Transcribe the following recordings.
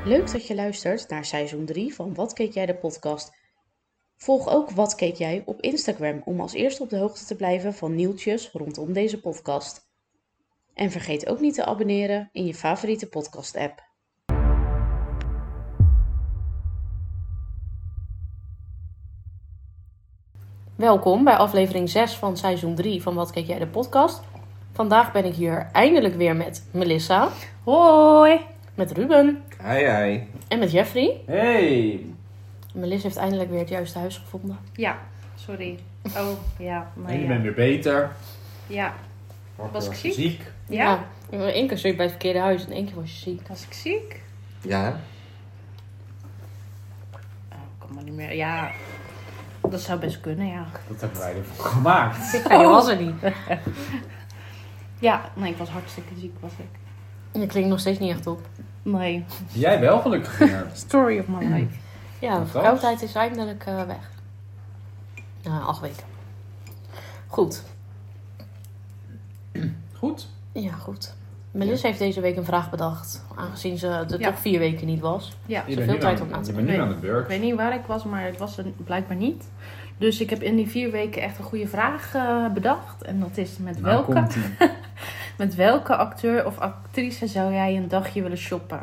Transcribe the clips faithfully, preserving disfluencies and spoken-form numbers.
Leuk dat je luistert naar seizoen drie van Wat Keek Jij de podcast. Volg ook Wat Keek Jij op Instagram om als eerste op de hoogte te blijven van nieuwtjes rondom deze podcast. En vergeet ook niet te abonneren in je favoriete podcast app. Welkom bij aflevering zes van seizoen drie van Wat Keek Jij de podcast. Vandaag ben ik hier eindelijk weer met Melissa. Hoi! Met Ruben. Hi, hi. En met Jeffrey. Hey! Melissa heeft eindelijk weer het juiste huis gevonden. Ja, sorry. Oh, ja. Nou, En je ja. bent weer beter. Ja. Was ik ziek? Ziek. Ja? Ja. Eén keer zit je bij het verkeerde huis en één keer was je ziek. Was ik ziek? Ja? Oh, ik kan maar niet meer. Ja, dat zou best kunnen, ja. Dat hebben wij ervoor gemaakt. Ja, je was er niet. Ja, nee, ik was hartstikke ziek, was ik. Je klinkt nog steeds niet echt op. Nee. Jij wel gelukkig, Geert. Story of my life. Ja, de Wat verkoudheid is eindelijk uh, weg. Uh, acht weken. Goed. Goed. Ja, goed. Melissa heeft deze week een vraag bedacht. Aangezien ze er Ja. toch vier weken niet was. Ja. Je Zoveel bent nu tijd aan, om na te je bent nu Nee. aan de beurt. Ik weet niet waar ik was, maar het was er blijkbaar niet. Dus ik heb in die vier weken echt een goede vraag uh, bedacht. En dat is met Nou welke, komt-ie. met welke acteur of actrice zou jij een dagje willen shoppen?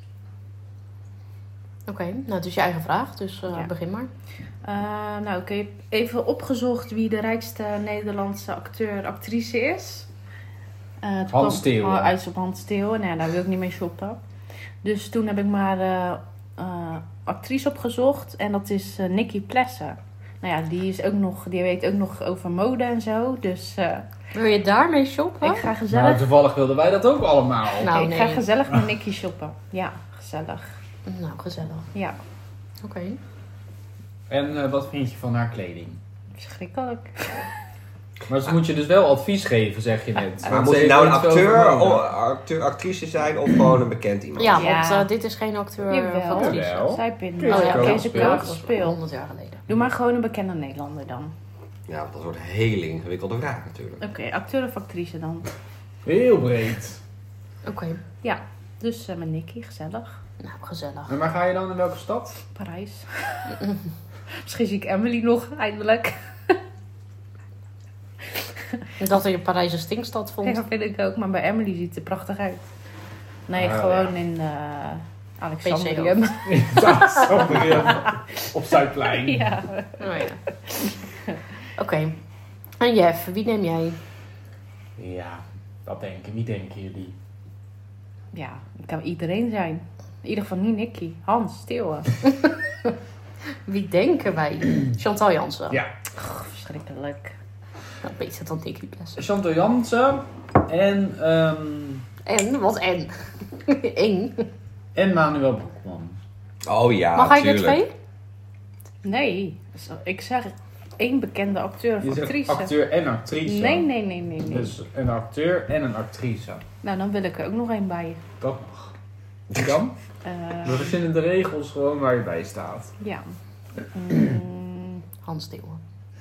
Oké, okay, nou het is je eigen vraag, dus uh, Ja. begin maar. Uh, nou, ik heb even opgezocht wie de rijkste Nederlandse acteur, actrice is. Uh, het Hans kwam Steeuwen. uit op Hans Steeuwen. Nou, daar wil ik niet mee shoppen. Dus toen heb ik maar uh, uh, actrice opgezocht. En dat is uh, Nicky Plessen. Nou ja, die, is ook nog, die weet ook nog over mode en zo. Dus uh, Wil je daarmee shoppen? ik ga Nou, gezellig, toevallig wilden wij dat ook allemaal. Nou, ik nee. ga gezellig met Nicky shoppen. Ja, gezellig. Nou, gezellig. Ja, Oké. Okay. En uh, wat vind je van haar kleding? verschrikkelijk. Maar ze moet je dus wel advies geven, zeg je net. Maar Want moet ze je heeft nou een iets over acteur, mode. of, acteur, actrice zijn of gewoon een bekend iemand? Ja, Ja. want uh, dit is geen acteur Jawel. of actrice. Jawel. Zij pint. Kees Oh ja, Kool Kees speelt. Kool Dat was speelt. honderd jaar geleden. Doe maar gewoon een bekende Nederlander dan. Ja, dat wordt een hele ingewikkelde vraag natuurlijk. Oké, okay, acteur of actrice dan? Heel breed. Oké, okay. Ja, dus uh, met Nicky, gezellig. nou gezellig. En waar ga je dan in welke stad? Parijs. Misschien zie ik Emily nog, eindelijk. Ik dacht dat je Parijs een stinkstad vond. Ja, dat vind ik ook, maar bij Emily ziet het er prachtig uit. Nee, Ah, gewoon ja. in uh, Alexandrium. Op Zuidplein. Ja. Oh, ja. Oké. Okay. En Jeff, wie neem jij? Ja, wat denken? Wie denken jullie? Ja, het kan iedereen zijn. In ieder geval niet Nicky. Hans, Steeuwen. Wie denken wij? Chantal Jansen. Ja, Oh, verschrikkelijk. Nou, beter dan Nicky Plessen. Chantal Jansen en, um, En? Wat en? Eng. en Manuel Broekman. Oh ja, Mag hij er tuurlijk. twee? Nee, ik zeg één bekende acteur of Je zegt actrice. acteur en actrice. Nee, nee, nee, nee, nee. Dus een acteur en een actrice. Nou, dan wil ik er ook nog één bij. Dat mag. Kan? Uh, We verzinnen de regels gewoon waar je bij staat. ja. Mm, Hans Steeuwen.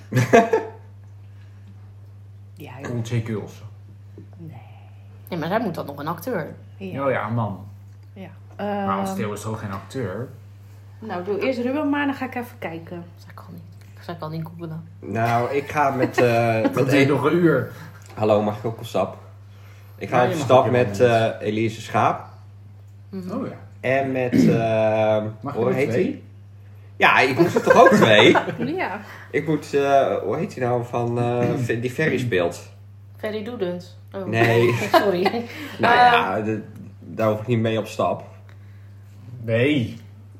ja, joh. Olcay Kulsen. Nee. Nee, maar zij moet dan nog een acteur. Ja. Oh ja, man. ja. Maar Hans Uh, Steeuwen is toch geen acteur? nou, doe eerst Ruben maar, dan ga ik even kijken. Zij kan niet. Zij kan niet googelen. Nou, ik ga met... Uh, Dat met deed een... nog een uur. Hallo, mag ik ook op stap? Ik ga Ja, op je mag stap ook met helemaal uh, Elise Schaap. Mhm. Oh ja. En met... Uh, Mag je hoe er heet twee? hij? Ja, ik moet er toch ook twee? Ja. Ik moet... Uh, hoe heet hij nou van... Uh, die Ferry speelt? Ferry Doedens. Oh. Nee. Sorry. Nou Uh, ja, de, daar hoef ik niet mee op stap. Nee.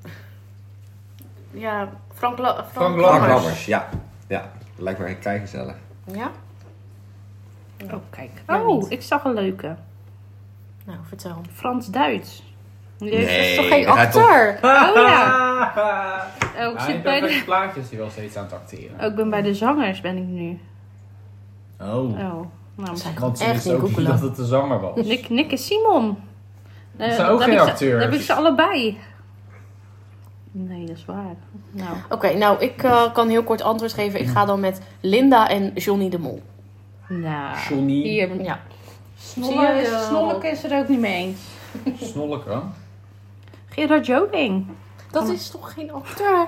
Ja, Frank, La Frank, Frank Frank Lammers. Lammers, ja. Ja, lijkt me kei gezellig. Ja? Oh, kijk. Ja, Oh, niet. ik zag een leuke. Nou, vertel. Frans-Duits. Die Nee. Dat is toch geen dat gaat acteur? Oh ja. Ah, Oh, ik in zit bij de... perfecte plaatjes die wel steeds aan het acteren. Oh, ik ben bij de zangers, ben ik nu. Oh. Oh. Nou, Zij kan Want ze echt wist niet ook niet googelen. dat het de zanger was. Nick, Nick en Simon. Dat Eh, zijn ook daar geen heb ik ze- acteurs. daar heb ik ze allebei. Nee, dat is waar. Nou, Oké, okay, nou, ik uh, kan heel kort antwoord geven. Ik ga dan met Linda en Johnny de Mol. nou. Johnny. Hier, Ja. Snolle, Zie je wel. Snolleke is er ook niet mee eens. Snolleke. Gerard Joling. Dat is toch geen acteur?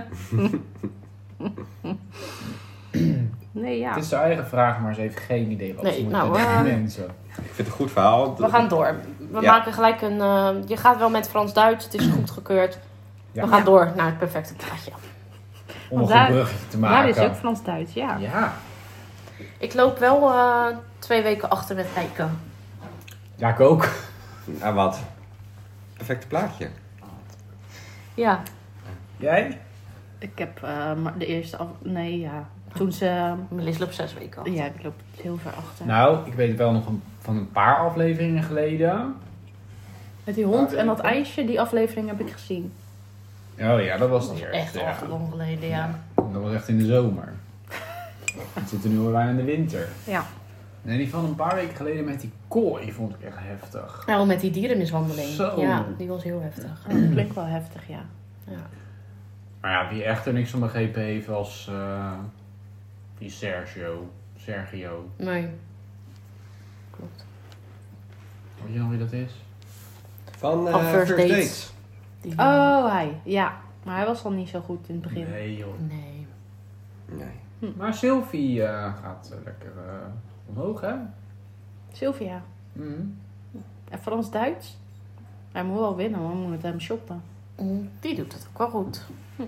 Nee, ja. Het is zijn eigen vraag, maar ze heeft geen idee wat Nee, ze moet nou, met die eh, mensen. Ik vind het een goed verhaal. We gaan door. We Ja. maken gelijk een... Uh, je gaat wel met Frans-Duits. Het is goedgekeurd. Ja. We gaan Ja. door naar het perfecte plaatje. Om een daar- goed bruggetje te Daar maken. is ook Frans-Duits, ja. Ja. Ik loop wel uh, twee weken achter met kijken. Ja, ik ook. Nou wat? Perfecte plaatje. Ja. Jij? Ik heb uh, maar de eerste af... Nee, ja. Toen ze... Melis loopt zes weken achter. Ja, ik loop heel ver achter. Nou, ik weet wel nog een, van een paar afleveringen geleden. Met die hond en dat ijsje, die aflevering heb ik gezien. Oh ja, dat was Dat de is eerste. echt al lang geleden, ja. Dat was echt in de zomer. We zitten nu al bijna in de winter. Ja. Nee, die van een paar weken geleden met die kooi vond ik echt heftig. Nou, met die dierenmishandeling. Zo. Ja, die was heel heftig. Oh, dat klinkt wel heftig, ja. Ja. Maar ja, wie echt er niks van begrepen heeft was uh, die Sergio. Sergio. Nee. Klopt. Weet je nog wie dat is? Van uh, Van First First, Dates. Dates. Die... Oh, hij. Ja. Maar hij was al niet zo goed in het begin. Nee joh. Nee. Nee. Maar Sylvie uh, gaat uh, lekker uh, omhoog hè? Sylvia. Mhm. En Frans-Duits? Hij moet wel winnen, want we moeten hem shoppen. Mm, Die doet het ook wel goed.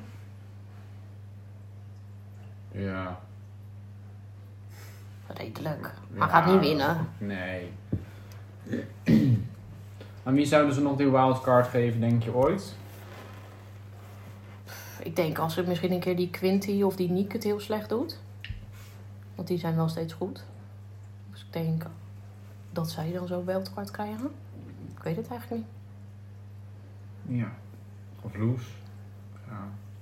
Ja. Redelijk. Ja. Hij gaat niet winnen. Nee. Aan wie zouden ze nog die wildcard geven, denk je ooit? Ik denk als er misschien een keer die Quinty of die Niek het heel slecht doet. Want die zijn wel steeds goed. Dus ik denk dat zij dan zo wildcard krijgen. Ik weet het eigenlijk niet. Ja. Of Loes. Ja.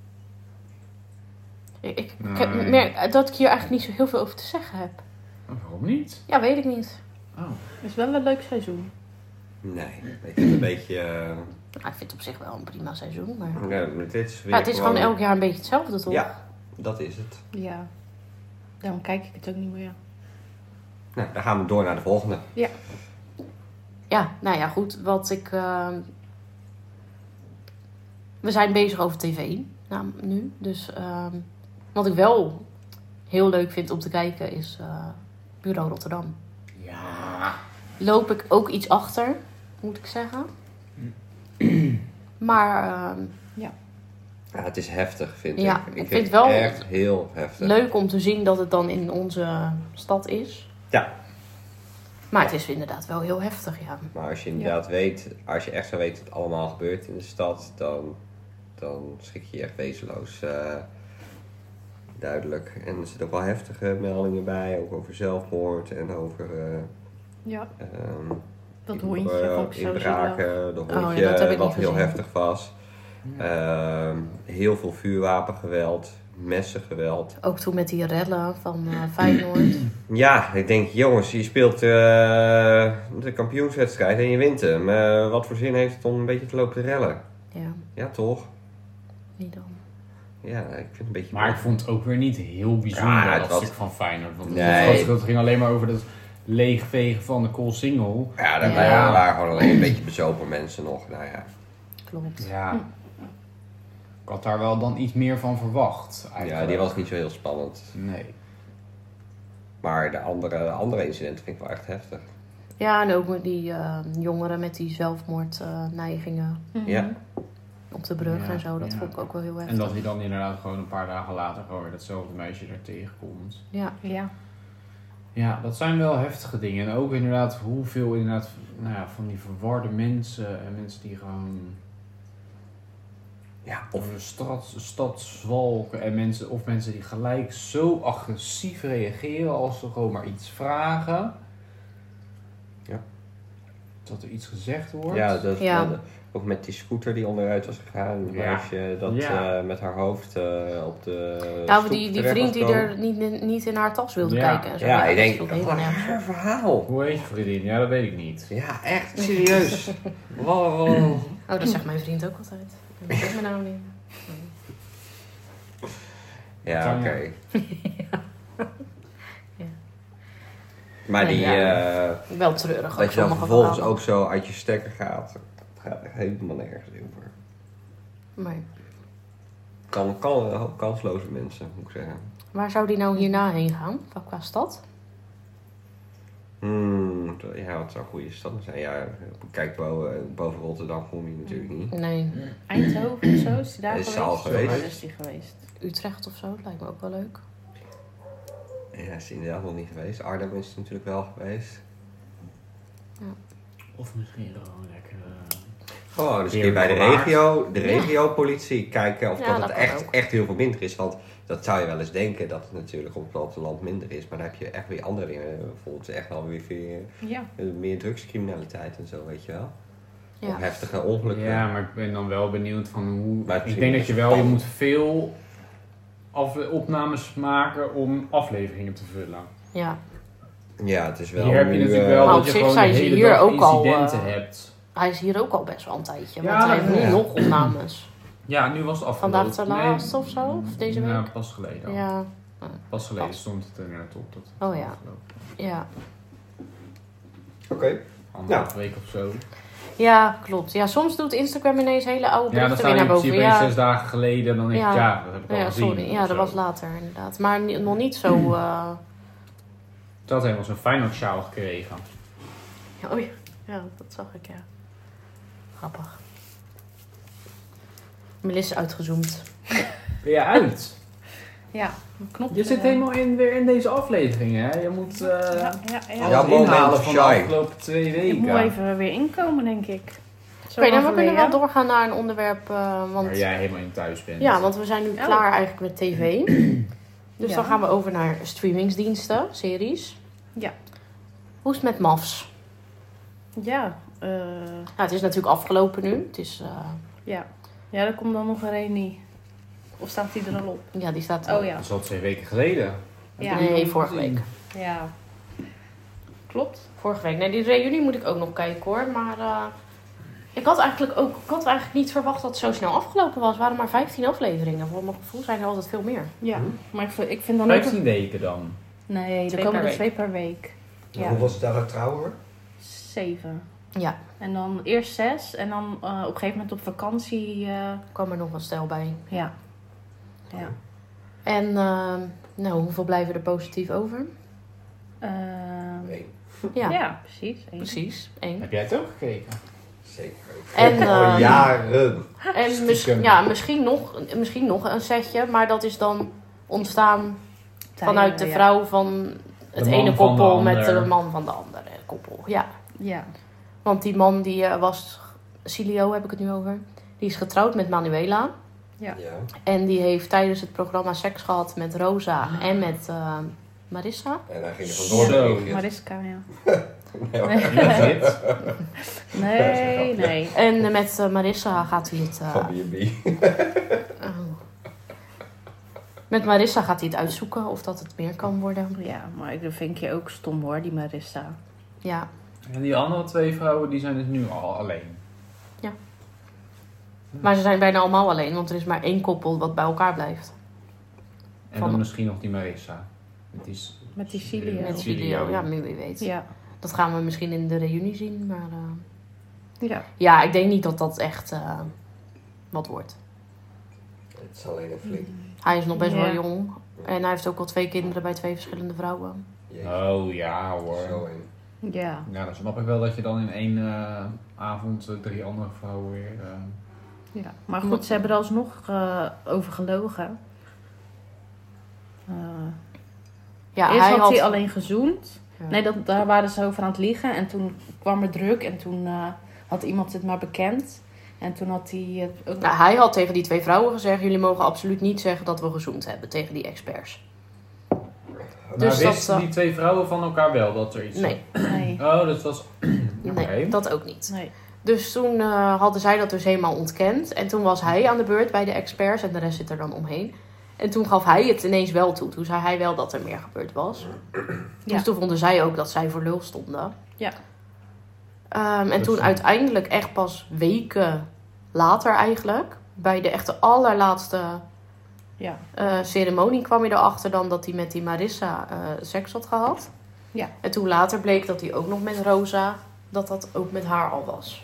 Ik, ik, Nee. ik heb meer, dat ik hier eigenlijk niet zo heel veel over te zeggen heb. Oh, waarom niet? Ja, weet ik niet. Oh. Het is wel een leuk seizoen. Nee. Ik vind het een beetje... Uh, Nou, ik vind het op zich wel een prima seizoen. Maar... ja, dit is weer Ja, het is gewoon elk jaar een beetje hetzelfde, toch? Ja, dat is het. Ja. Daarom kijk ik het ook niet meer. Nou, dan gaan we door naar de volgende. Ja, nou ja, goed. Wat ik... Uh... We zijn bezig over tv nou, nu. Dus uh... wat ik wel heel leuk vind om te kijken is uh... Bureau Rotterdam. Ja. Loop ik ook iets achter, moet ik zeggen. Maar uh... Ja, het is heftig, vind Ja, ik. ik Ik vind het wel echt heel heftig. leuk om te zien dat het dan in onze stad is. Ja, Maar het is inderdaad wel heel heftig, ja. maar als je inderdaad weet, als je echt zo weet wat allemaal gebeurt in de stad, dan, dan schrik je je echt wezenloos. Uh, duidelijk. En er zitten ook wel heftige meldingen bij, ook over zelfmoord en over uh, Ja. um, Dat hondje vond ik zo zielig. inbraken, de Oh, ja, hondje, dat heb ik wat niet heel gezien. heftig was. Um, heel veel vuurwapengeweld, messengeweld. Ook toen met die rellen van uh, Feyenoord. Ja, ik denk, jongens, je speelt uh, de kampioenswedstrijd en je wint hem. Uh, wat voor zin heeft het om een beetje te lopen te rellen? Ja, Ja, toch? wie dan? Ja, ik vind het een beetje... Maar ik vond het ook weer niet heel bijzonder, Ja, het dat was- stuk van Feyenoord. Want Nee. het grootste gedeelte ging alleen maar over dat leegvegen van de Koolsingel. Ja, daar Ja. waren- waren gewoon alleen een beetje bezopen mensen nog. Nou ja. Klopt. Ja. Ik had daar wel dan iets meer van verwacht. Eigenlijk. Ja, die was niet zo heel spannend. Nee. Maar de andere, de andere incidenten vind ik wel echt heftig. Ja, en ook met die uh, jongeren met die zelfmoordneigingen Mhm. Ja. op de brug Ja, en zo. Dat ja. vond ik ook wel heel En heftig. dat hij dan inderdaad gewoon een paar dagen later gewoon weer datzelfde meisje er tegenkomt. Ja. Ja. Ja, dat zijn wel heftige dingen. En ook inderdaad hoeveel inderdaad, nou ja, van die verwarde mensen en mensen die gewoon Ja, over of... de stad, stad zwalken. En mensen, of mensen die gelijk zo agressief reageren als ze gewoon maar iets vragen. Ja. Dat er iets gezegd wordt. Ja, dat, Ja. dat- ook met die scooter die onderuit was gegaan. Een Ja. meisje dat Ja. uh, met haar hoofd uh, op de Nou, stoep die, die terecht vriend was die gekomen. er niet, niet in haar tas wilde Ja. kijken. En zo. Ja, ik dat denk, sloeg wat helemaal een nergens raar op. verhaal. Hoe heet je vriendin? Ja, dat weet ik niet. Ja, echt, serieus. Wow, wow. Oh, dat zegt mijn vriend ook altijd. Ik weet mijn naam niet. Ja, oké. Tanja. Ja. Maar die, Ja. uh, Wel treurig. dat ook je dan sommige vervolgens verhalen. ook zo uit je stekker gaat. gaat echt helemaal nergens over. Nee. Kan, kan, uh, kansloze mensen, moet ik zeggen. Waar zou die nou hierna heen gaan? Qua stad? Hmm, ja, wat zou een goede stad zijn? Ja, kijk, boven, boven Rotterdam kom je natuurlijk niet. Nee. Eindhoven of zo, is die daar Is geweest? ze al geweest? Waar is die geweest? Utrecht of zo, dat lijkt me ook wel leuk. Ja, is inderdaad nog niet geweest. Arnhem is natuurlijk wel geweest. Of misschien gewoon lekker... Uh... Gewoon eens een Weer keer bij de bewaard. regio, de regiopolitie kijken of Ja, dat dat het kan echt, ook. echt heel veel minder is. Want dat zou je wel eens denken dat het natuurlijk op het platteland minder is. Maar dan heb je echt weer andere dingen. Bijvoorbeeld echt wel weer veel, Ja. meer drugscriminaliteit en zo, weet je wel. Ja. Of heftige ongelukken. Ja, maar ik ben dan wel benieuwd van hoe... Maar het Ik is denk niet dat je wel, je spannend. moet veel af, opnames maken om afleveringen te vullen. Ja. Ja, het is wel Hier heb je nu, natuurlijk eh, wel Maar dat op je zich gewoon de zijn ze hele hier dag ook al, incidenten eh, hebt. Hij is hier ook al best wel een tijdje. Ja, Want hij heeft nu ja. nog opnames. Ja, nu was het afgelopen. Vandaag de laatste of zo? Of deze week? Ja, pas geleden. al. Ja. Pas geleden Pas. stond het er net op. Dat Oh ja. Ja. Oké. Anderhalf week of zo. Ja, klopt. Ja, soms doet Instagram ineens hele oude Ja, dan berichten staan weer in naar boven. principe Ja, zes dagen geleden. Dan denk ik, Ja. ja, dat heb ik al ja gezien. sorry. of Ja, dat zo. was later inderdaad. Maar ni- nog niet zo... eh, Ze had helemaal zo'n Feyenoord sjaal gekregen. Ja, oh ja. Ja, dat zag ik, ja. Grappig. Melissa uitgezoomd. Ben je uit? Ja, een knop. Je zit eh, helemaal in, weer in deze aflevering, hè? Je moet eh Ja, ja, ja. Ja, alles moment inhalen of van de shine. afgelopen twee Ik weken. moet even weer inkomen, denk ik. Zo Oké, dan lang we kunnen wel geleden. doorgaan naar een onderwerp. eh, want, Waar jij helemaal in thuis bent. ja, want we zijn nu Oh. klaar eigenlijk met tv. Dus Ja. dan gaan we over naar streamingsdiensten, series. Ja. Hoe is het met M A F's? Ja, eh, Nou, het is natuurlijk afgelopen nu. Het is, eh, ja. Ja, er komt dan nog een reunie. Of staat die er al op? ja, die staat... Oh ja. Dat is al twee weken geleden. Ja. Nee, vorige week. Ja. Klopt. Vorige week. Nee, die reunie moet ik ook nog kijken hoor. Maar eh, ik had eigenlijk ook ik had eigenlijk niet verwacht dat het zo snel afgelopen was. Het waren maar vijftien afleveringen. Voor mijn gevoel zijn er altijd veel meer. Ja, maar ik vind, ik vind dan ook... vijftien weken dan. Nee, er Twee komen per er twee per week. Ja, Hoeveel stellen trouwen? zeven. Ja, En dan eerst zes. En dan eh, op een gegeven moment op vakantie... eh, kwam er nog een stel bij. ja. Ja. En eh, nou, hoeveel blijven er positief over? Ehm, Nee, Ja, ja. precies. Eén. precies. Eén. Heb jij het ook gekeken? zeker. En, Al eh, jaren. En mis, ja, misschien, nog, misschien nog een setje, maar dat is dan ontstaan vanuit de Ja. vrouw van het De man ene van de koppel met ander. de man van de andere koppel. Ja, Ja. want die man die eh, was, Cilio heb ik het nu over, die is getrouwd met Manuela. Ja. En die heeft tijdens het programma seks gehad met Rosa en met eh, Marissa. En hij ging er vandoor. Zo. Ja. Mariska, ja. Nee, hoor. Nee, Dit? nee. nee. En eh, met eh, Marissa gaat hij het... eh, Van B en B. oh. Met Marissa gaat hij het uitzoeken of dat het meer kan worden. Ja, maar ik vind je ook stom hoor, die Marissa. Ja, En die andere twee vrouwen die zijn dus nu al alleen. maar ze zijn bijna allemaal alleen, want er is maar één koppel wat bij elkaar blijft. En Van- dan misschien nog die Marissa. Het is Met die Cilio. Met Cilio. Cilio, ja, nu wie weet. Ja. Dat gaan we misschien in de reunie zien, maar eh, Ja. ja, ik denk niet dat dat echt eh, wat wordt. Het is alleen een flik. Hij is nog best Ja. wel jong en hij heeft ook al twee kinderen bij twee verschillende vrouwen. Jeetje. Oh ja hoor. Zo een. Ja. Ja, dan snap ik wel dat je dan in één eh, avond eh, drie andere vrouwen weer... eh, Ja. Maar goed, ze hebben er alsnog eh over gelogen. Eh, Ja, eerst hij had had hij alleen gezoend. Ja. Nee, dat, daar waren ze over aan het liegen. En toen kwam er druk. En toen eh, had iemand het maar bekend. En toen had hij het ook... Nou, hij had tegen die twee vrouwen gezegd: jullie mogen absoluut niet zeggen dat we gezoend hebben tegen die experts. Dus maar wisten dat, eh, die twee vrouwen van elkaar wel dat er iets... Nee, Nee. Oh, dat was... Oké. nee, dat ook niet. Nee. Dus toen eh, hadden zij dat dus helemaal ontkend. En toen was hij aan de beurt bij de experts en de rest zit er dan omheen. En toen gaf hij het ineens wel toe. Toen zei hij wel dat er meer gebeurd was. Ja. Dus toen vonden zij ook dat zij voor lul stonden. Ja. Ehm, en Dus, toen eh, uiteindelijk, echt pas weken later eigenlijk, bij de echte allerlaatste Ja. eh, ceremonie kwam je erachter dan dat hij met die Marissa eh, seks had gehad. Ja. En toen later bleek dat hij ook nog met Rosa, dat dat ook met haar al was.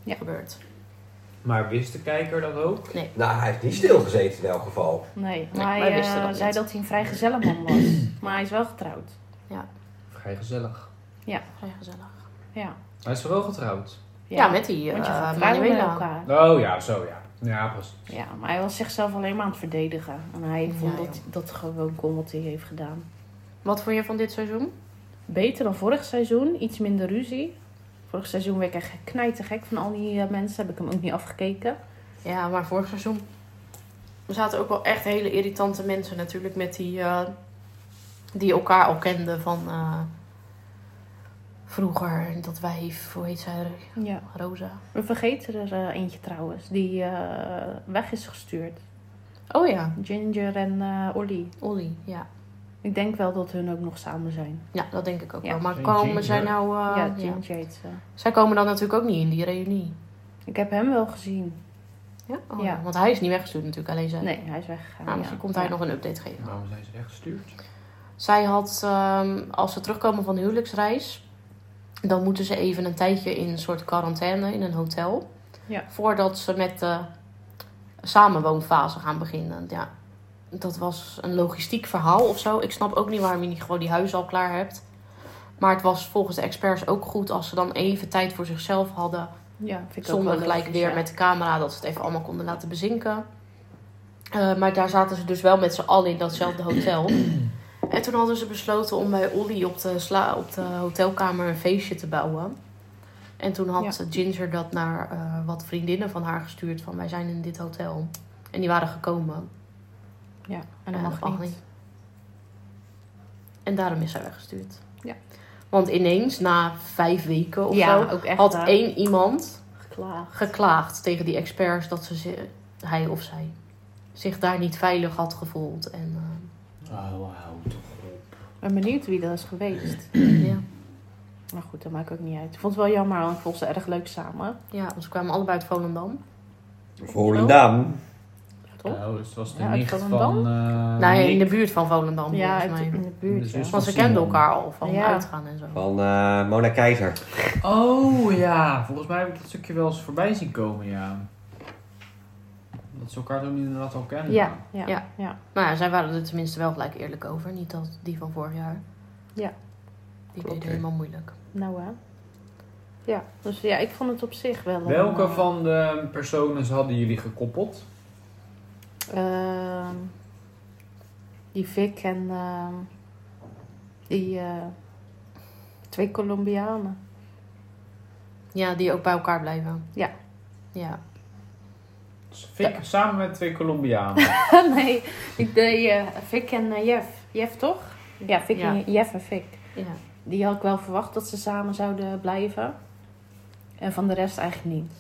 Ja. gebeurt. Maar wist de kijker dat ook? Nou, hij heeft niet stilgezeten in elk geval. Nee, Nee, maar wij hij wisten eh, dat zei niet. dat hij een vrijgezellenman was. Maar hij is wel getrouwd. Vrij gezellig. Vrij gezellig. Ja, Hij is wel getrouwd. Ja, met die Want je uh, gaat trouwen met Manuela. elkaar. Oh ja, zo ja. Ja, precies. Ja, maar hij was zichzelf alleen maar aan het verdedigen. En hij Ja, vond joh. dat dat gewoon kon wat hij heeft gedaan. Wat vond je van dit seizoen? Beter dan vorig seizoen, iets minder ruzie. Vorig seizoen werd ik echt knijtergek van al die eh, mensen. Heb ik hem ook niet afgekeken. Ja, maar vorig seizoen er zaten ook wel echt hele irritante mensen natuurlijk met die, uh, die elkaar al kenden van uh, vroeger. Dat wijf, hoe heet zij? Ja. Rosa. We vergeten er uh, eentje trouwens, die uh, weg is gestuurd. Oh ja, Ginger en uh, Ollie. Ollie, ja. Ik denk wel dat hun ook nog samen zijn. Ja, dat denk ik ook Ja. wel. Maar Geen komen Ginger? zij nou... Uh, ja, ja. Ginger heet ze. Zij komen dan natuurlijk ook niet in die reunie. Ik heb hem wel gezien. Ja? Oh, Ja. ja. Want hij is niet weggestuurd natuurlijk, alleen zij. Nee, hij is weggegaan. Nou, misschien ja. komt hij Ja. nog een update geven. Waarom zijn ze weggestuurd? Zij had, um, als ze terugkomen van de huwelijksreis, dan moeten ze even een tijdje in een soort quarantaine in een hotel. Ja. Voordat ze met de samenwoonfase gaan beginnen. Ja, dat was een logistiek verhaal of zo. Ik snap ook niet waarom je niet gewoon die huizen al klaar hebt. Maar het was volgens de experts ook goed als ze dan even tijd voor zichzelf hadden. Ja, vind ik ook Zonder wel gelijk logisch, weer ja. met de camera, dat ze het even allemaal konden laten bezinken. Uh, maar daar zaten ze dus wel met z'n allen in datzelfde hotel. En toen hadden ze besloten om bij Ollie op de, sla- op de hotelkamer een feestje te bouwen. En toen had Ja. Ginger dat naar uh, wat vriendinnen van haar gestuurd. Van wij zijn in dit hotel. En die waren gekomen. Ja, en dat Ja, mag dat mag niet. niet. En daarom is zij weggestuurd. Ja. Want ineens, na vijf weken of Ja, zo, ook echt had hè. één iemand geklaagd. geklaagd tegen die experts dat ze, zi- hij of zij, zich daar niet veilig had gevoeld. En, uh, Oh, hou toch op. Ik ben benieuwd wie dat is geweest. ja. Maar goed, dat maakt ook niet uit. Ik vond het wel jammer, want ik vond ze erg leuk samen. ja, want ze kwamen allebei uit Volendam. Volendam. Toch? Oh, dus het was de Ja, uit nicht Volendam? van... uh, nee, in Nick. de buurt van Volendam Ja, volgens uit, mij. in de buurt. De Ja. zus Want ze Simon. kenden elkaar al van Ja. uitgaan en zo. Van uh, Mona Keizer. Oh ja, volgens mij heb ik dat stukje wel eens voorbij zien komen, ja. Dat ze elkaar toen inderdaad al kennen. Ja, ja, Ja. ja. Nou ja, zij waren er tenminste wel gelijk eerlijk over. Niet als die van vorig jaar. Ja. Die Klopt, deden hè. helemaal moeilijk. Nou hè. Ja, dus ja, ik vond het op zich wel... een, Welke eh, van de personen hadden jullie gekoppeld? ehm, die Vic en ehm, die eh, twee Colombianen. Ja, die ook bij elkaar blijven. Ja. Ja. Dus Vic samen met twee Colombianen. nee, ik deed eh Vic en eh, Jeff. Jeff toch? Ja, Vic Ja. en Jeff en Vic. Ja. Die had ik wel verwacht dat ze samen zouden blijven. En van de rest eigenlijk niet.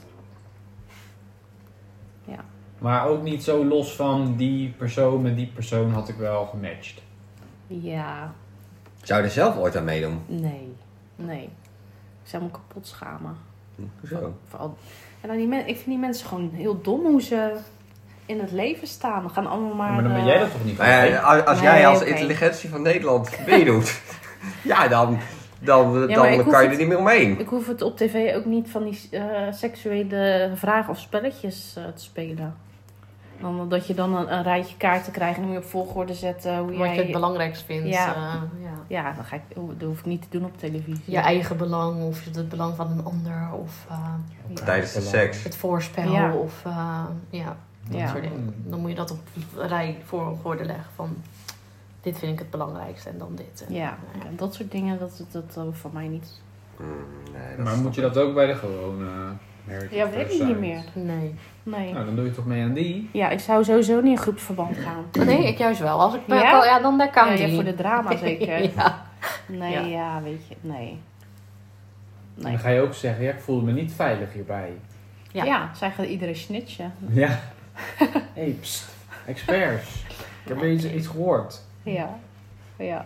Maar ook niet zo los van die persoon met die persoon had ik wel gematcht. Ja, Zou je er zelf ooit aan meedoen? nee. Nee. Ik zou me kapot schamen. Hoezo? Vooral, en dan die men, ik vind die mensen gewoon heel dom hoe ze in het leven staan. We gaan allemaal maar... Maar dan ben eh, jij dat toch niet? Maar ja, als als Nee, jij als oké. intelligentie van Nederland meedoet, ja, dan, dan, maar dan ik hoef kan je het- er niet meer omheen. Ik hoef het op tv ook niet van die eh, seksuele vragen of spelletjes eh, te spelen. Dan, dat je dan een, een rijtje kaarten krijgt en dan moet je op volgorde zetten hoe Wat jij... je het belangrijkst vindt. Ja. Ja. ja. Ja, dat, ga ik, dat hoef ik niet te doen op televisie. Je eigen belang of het belang van een ander. Of uh, Ja. Tijdens de seks. het voorspel. Ja. Of uh, ja, dat Ja. soort dingen. Dan moet je dat op een rij volgorde leggen van... Dit vind ik het belangrijkste en dan dit. En, Ja, nou ja, dat soort dingen, dat, dat, dat, dat voor mij niet. Mm, nee, dat Maar is moet je dat ook bij de gewone Married Ja, at weet First ik niet Sight? meer. Nee. Nee. Nou, dan doe je toch mee aan die. Ja, ik zou sowieso niet in groepsverband gaan. Oh, nee, ik juist wel. Als ik ben, Ja? ja? dan daar kan Ja, die. ja, voor de drama zeker. ja. Nee, Ja. ja. weet je, nee. En Nee. dan ga je ook zeggen, ja, ik voelde me niet veilig hierbij. Ja. Ja, zij gaat iedere snitje. Ja. Hey, pst, experts. Ik heb iets, iets gehoord. Ja, ja.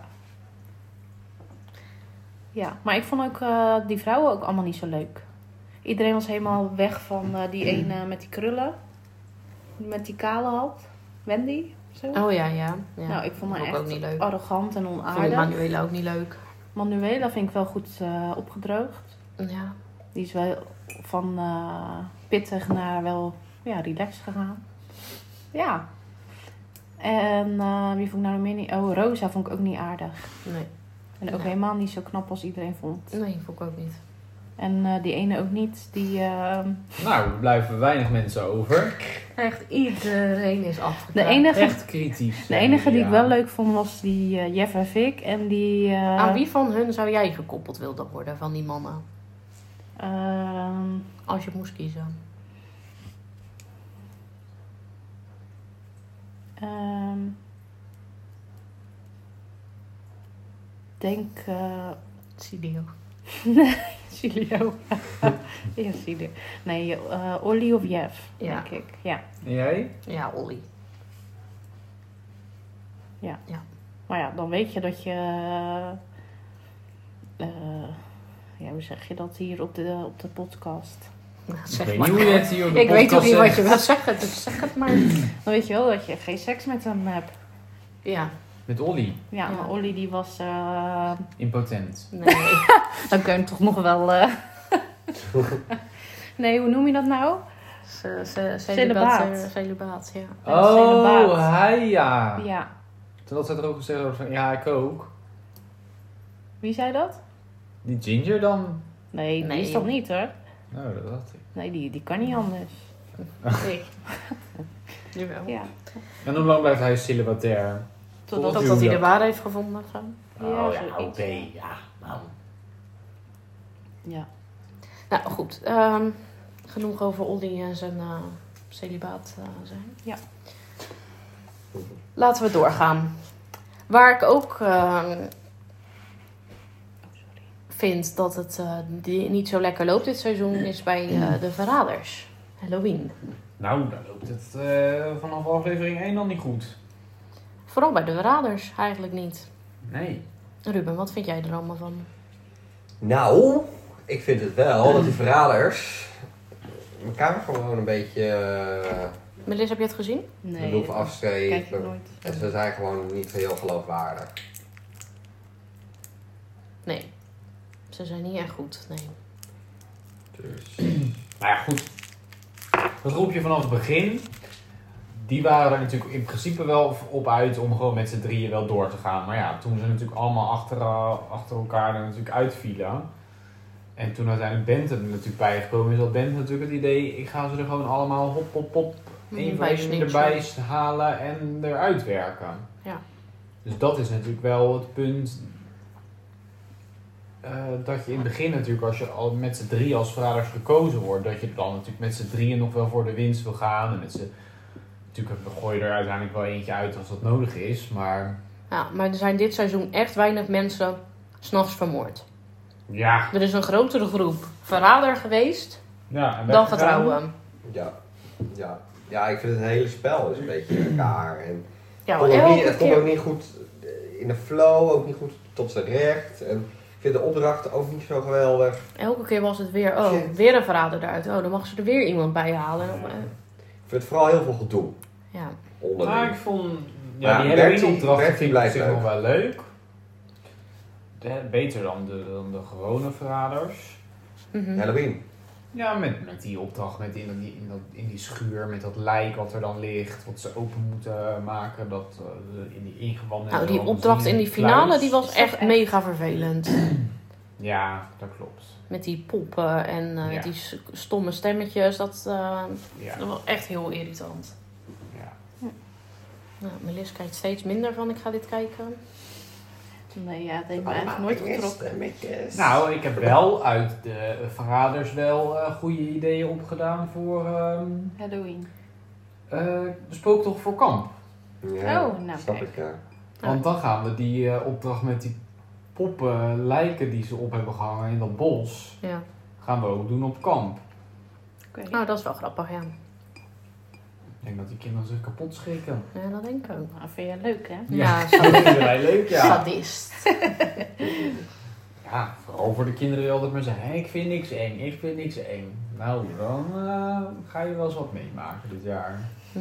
Ja, maar ik vond ook eh, die vrouwen ook allemaal niet zo leuk. Iedereen was helemaal weg van eh, die ene met die krullen. Die met die kale had. Wendy, zo. Oh ja, ja. ja. Nou, ik vond haar Vond ik echt ook niet leuk. arrogant en Ik vond onaardig. Manuela ook niet leuk. Manuela vind ik wel goed eh, opgedroogd. Ja. Die is wel van uh, pittig naar wel ja, relaxed gegaan. Ja. En uh, wie vond ik nou nog meer niet? Oh, Rosa vond ik ook niet aardig. Nee. En ook Nee. helemaal niet zo knap als iedereen vond. Nee, vond ik ook niet. En uh, die ene ook niet. Die, uh, Nou, er blijven weinig mensen over. Echt iedereen is de afgegaan. enige, Echt kritisch. de enige die ja. ik wel leuk vond was die uh, Jeff en Vic. En die... Uh, Aan wie van hun zou jij gekoppeld willen worden, van die mannen? Uh, Als je moest kiezen. um, denk... Uh, Silio. Silio. Ja, Silio. Nee, uh, Olly of Jeff, Ja. denk ik. Ja. En jij? Ja, Olly. Maar ja, dan weet je dat je... Uh, ja, hoe zeg je dat hier op de, op de podcast? Nou, Ik zeg weet maar. niet hoe je het hier op de Ik weet ook podcast niet wat zegt. je wil zeggen, dus zeg het maar. Dan weet je wel dat je geen seks met hem hebt. Ja, Met Olly. Ja, Ja. maar Olly die was... Uh, Impotent. nee. dan kun je hem toch nog wel... Uh... nee, hoe noem je dat nou? Ce- ce- Celibaat. Celibaat. Celibaat, ja. Ja, celibaat. Oh, hij ja. Ja. Terwijl zij er ook gezegd wordt van, ja, ik ook. Wie zei dat? Die Ginger dan? Nee, die Nee, is dat joh. niet hoor. Nou, dat dacht ik. Nee, die, die kan niet anders. Nee. Jawel. Ja. En hoe lang blijft hij celibatair? Totdat Totdat Tot hij de huwelijk. waarheid heeft gevonden of zo. Ja, oh ja, zoiets. oké, ja. Nou. Ja. Nou goed, ehm, genoeg over Olly en zijn uh, celibaat uh, zijn. Ja. Laten we doorgaan. Waar ik ook uh, vind dat het uh, die niet zo lekker loopt dit seizoen is bij uh, de Verraders. Halloween. Nou, dan loopt het uh, vanaf aflevering één dan niet goed. Vooral bij de Verraders eigenlijk niet. Nee. Ruben, wat vind jij er allemaal van? Nou, ik vind het wel dat die verraders elkaar gewoon een beetje uh, Melis, heb je het gezien? de Nee, loef dat afstreven. kijk ik nooit. En ze zijn gewoon niet heel geloofwaardig. Nee. Ze zijn niet echt goed, nee. Dus, Nou ja, goed. Dat groepje vanaf het begin, die waren er natuurlijk in principe wel op uit om gewoon met z'n drieën wel door te gaan. Maar ja, toen ze natuurlijk allemaal achter, uh, achter elkaar er natuurlijk uitvielen. En toen uiteindelijk Bent er natuurlijk bijgekomen is, dat Bent natuurlijk het idee, ik ga ze er gewoon allemaal hop, hop, hop, één voor Bij één sneeuwstorm. erbij halen en eruit werken. Ja. Dus dat is natuurlijk wel het punt. Uh, dat je in het begin natuurlijk, als je al met z'n drieën als verraders gekozen wordt, dat je dan natuurlijk met z'n drieën nog wel voor de winst wil gaan. En met z'n, natuurlijk gooi je er uiteindelijk wel eentje uit als dat nodig is, maar Ja, maar er zijn dit seizoen echt weinig mensen 's nachts vermoord. ja. Er is een grotere groep verrader geweest ja en dan weggegaan. getrouwen. ja, ja. ja, ik vind het hele spel is een beetje in elkaar. En Ja, het maar komt ook niet, elke het komt ook keer... niet goed in de flow, ook niet goed tot zijn recht. En ik vind de opdrachten ook niet zo geweldig. Elke keer was het weer, oh, Shit. weer een verrader eruit. Oh, dan mag ze er weer iemand bij halen. Ja. Ik vind het vooral heel veel gedoe. Ja. Onderling. Maar ik vond ja, Ja, die Bertie- hele opdracht Bertie vind ik op blijft zich leuk. nog wel leuk. De- beter dan de, dan de gewone verraders. Mhm. Halloween. Ja, met, met die opdracht met in, die, in, dat, in die schuur, met dat lijk wat er dan ligt, wat ze open moeten maken, dat uh, in die ingewanden. Nou, en die zo, opdracht zien in die het finale, kluis. die was Is dat echt echt? mega vervelend. Ja, dat klopt. Met die poppen en eh, Ja. die s- stomme stemmetjes. Dat, eh, Ja. dat was echt heel irritant. Ja. Nou, Melis kijkt steeds minder van, ik ga dit kijken. Nee, ja, het heeft me eigenlijk nooit getrokken. Nou, ik heb wel uit de verraders wel uh, goede ideeën opgedaan voor ehm Halloween. uh, de spooktocht voor kamp. Ja, Oh, nou, snap kijk. ik, ja. Want dan gaan we die uh, opdracht met die poppen lijken die ze op hebben gehangen in dat bos, Ja. gaan we ook doen op kamp. Oké. Nou, dat is wel grappig, ja. Ik denk dat die kinderen zich kapot schrikken. Ja, dat denk ik ook. Nou, vind je leuk, hè? Ja, dat sadist. vinden wij leuk, ja. Sadist. Ja, vooral voor de kinderen die altijd maar zeggen, "Hé, ik vind niks eng, ik vind niks eng. Nou, dan uh, ga je wel eens wat meemaken dit jaar.